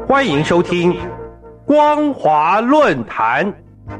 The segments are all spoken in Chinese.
欢迎收听光华论坛。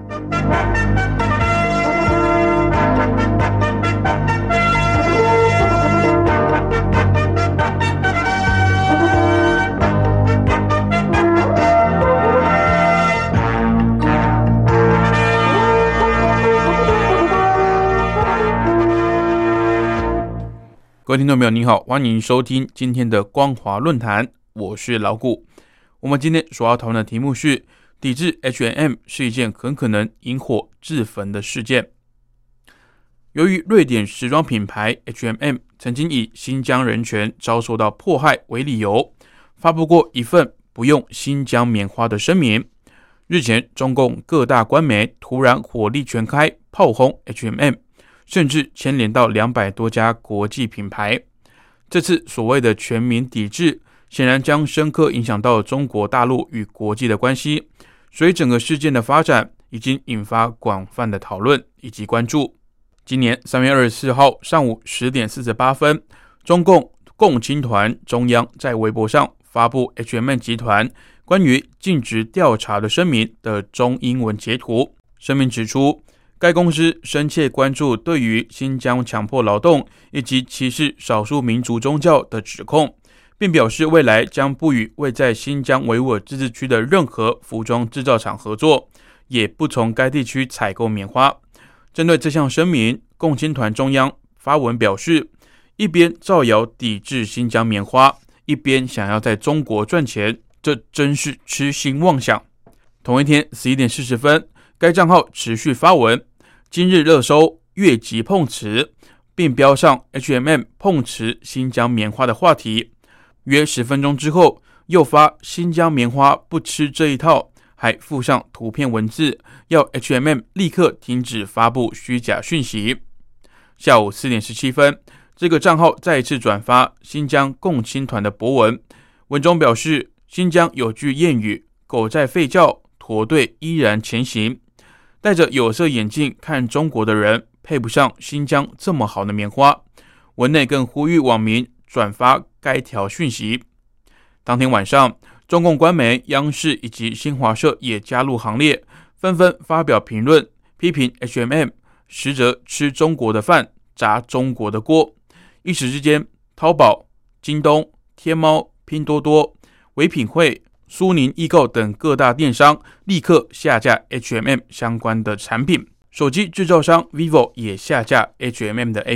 各位听众朋友您好，欢迎收听今天的光华论坛，我是老谷。我们今天所要讨论的题目是抵制 H&M 是一件很可能引火自焚的事件。由于瑞典时装品牌 H&M 曾经以新疆人权遭受到迫害为理由，发布过一份不用新疆棉花的声明。日前中共各大官媒突然火力全开炮轰 H&M， 甚至牵连到200多家国际品牌。这次所谓的全民抵制显然将深刻影响到中国大陆与国际的关系，所以整个事件的发展已经引发广泛的讨论以及关注。今年3月24号上午10点48分，中共共青团中央在微博上发布 H&M 集团关于禁止调查的声明的中英文截图。声明指出，该公司深切关注对于新疆强迫劳动以及歧视少数民族宗教的指控，并表示未来将不与未在新疆维吾尔自治区的任何服装制造厂合作，也不从该地区采购棉花。针对这项声明，共青团中央发文表示，一边造谣抵制新疆棉花，一边想要在中国赚钱，这真是痴心妄想。同一天11点40分，该账号持续发文，今日热搜越级碰瓷，并标上 H&M 碰瓷新疆棉花的话题。约10分钟之后，又发新疆棉花不吃这一套，还附上图片文字，要 H&M 立刻停止发布虚假讯息。下午4点17分，这个账号再一次转发新疆共青团的博文，文中表示，新疆有句谚语，狗在吠叫，驼队依然前行。戴着有色眼镜看中国的人配不上新疆这么好的棉花。文内更呼吁网民转发该条讯息。当天晚上，中共官媒央视以及新华社也加入行列，纷纷发表评论，批评 H&M 实则吃中国的饭，砸中国的锅。一时之间，淘宝、京东、天猫、拼多多、唯品会、苏宁易购等各大电商立刻下架 H&M 相关的产品，手机制造商 vivo 也下架 H&M 的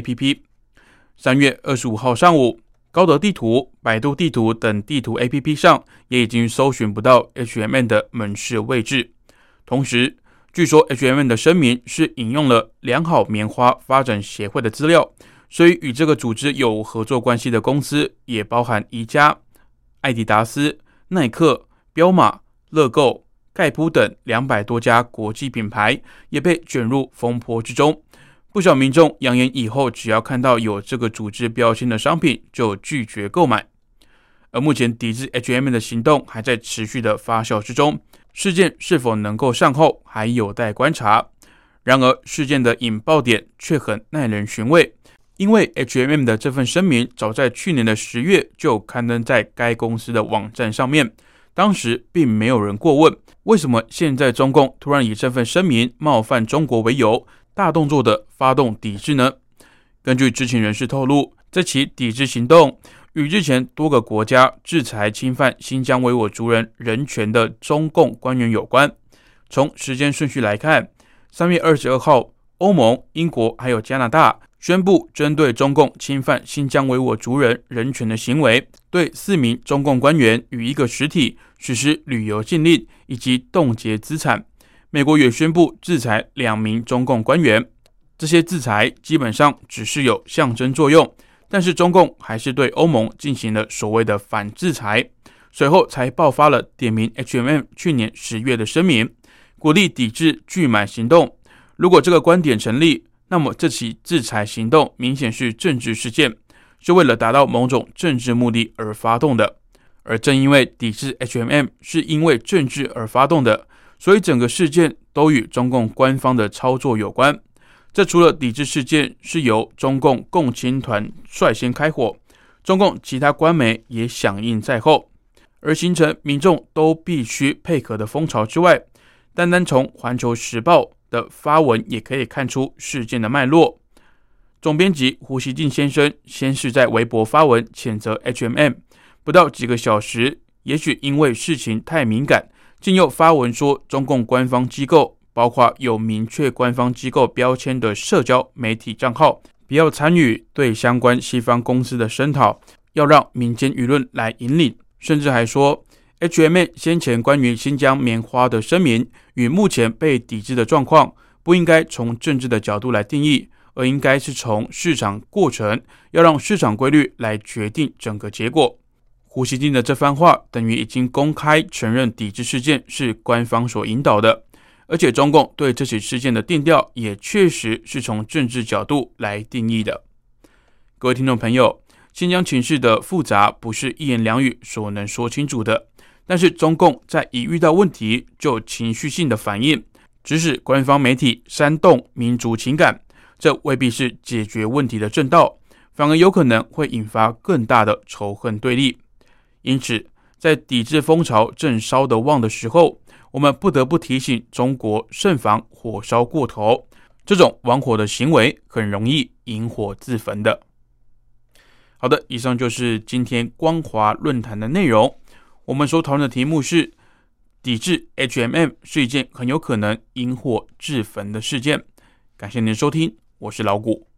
APP。3月25号上午，高德地图、百度地图等地图 APP 上也已经搜寻不到 H&M 的门市位置。同时，据说 H&M 的声明是引用了良好棉花发展协会的资料，所以与这个组织有合作关系的公司也包含宜家、艾迪达斯、耐克、彪马、乐购、盖扑等200多家国际品牌也被卷入风波之中。不少民众扬言以后只要看到有这个组织标签的商品就拒绝购买。而目前抵制 H&M 的行动还在持续的发酵之中，事件是否能够善后还有待观察。然而事件的引爆点却很耐人寻味，因为 H&M 的这份声明早在去年的10月就刊登在该公司的网站上面，当时并没有人过问，为什么现在中共突然以这份声明冒犯中国为由，大动作的发动抵制呢？根据知情人士透露，这起抵制行动与日前多个国家制裁侵犯新疆维吾尔族人人权的中共官员有关。从时间顺序来看，3月22号，欧盟、英国还有加拿大宣布针对中共侵犯新疆维吾尔族人人权的行为，对4名中共官员与1个实体实施旅游禁令以及冻结资产。美国也宣布制裁2名中共官员。这些制裁基本上只是有象征作用，但是中共还是对欧盟进行了所谓的反制裁，随后才爆发了点名 H&M 去年10月的声明，鼓励抵制拒买行动。如果这个观点成立，那么这起制裁行动明显是政治事件，是为了达到某种政治目的而发动的。而正因为抵制 H&M 是因为政治而发动的，所以整个事件都与中共官方的操作有关。这除了抵制事件是由中共共青团率先开火，中共其他官媒也响应在后。 而形成民众都必须配合的风潮之外，单单从《环球时报》的发文也可以看出事件的脉络。总编辑胡锡进先生先是在微博发文谴责 H&M， 不到几个小时，也许因为事情太敏感，竟又发文说中共官方机构，包括有明确官方机构标签的社交媒体账号，不要参与对相关西方公司的声讨，要让民间舆论来引领，甚至还说 H&M 先前关于新疆棉花的声明与目前被抵制的状况，不应该从政治的角度来定义，而应该是从市场过程，要让市场规律来决定整个结果。胡锡进的这番话等于已经公开承认抵制事件是官方所引导的，而且中共对这起事件的定调也确实是从政治角度来定义的。各位听众朋友，新疆情势的复杂不是一言两语所能说清楚的，但是中共在一遇到问题就情绪性的反应，指使官方媒体煽动民族情感，这未必是解决问题的正道，反而有可能会引发更大的仇恨对立。因此，在抵制风潮正烧得旺的时候，我们不得不提醒中国慎防火烧过头，这种玩火的行为很容易引火自焚的。好的，以上就是今天光华论坛的内容。我们所讨论的题目是抵制 H&M 是一件很有可能引火自焚的事件。感谢您的收听，我是老谷。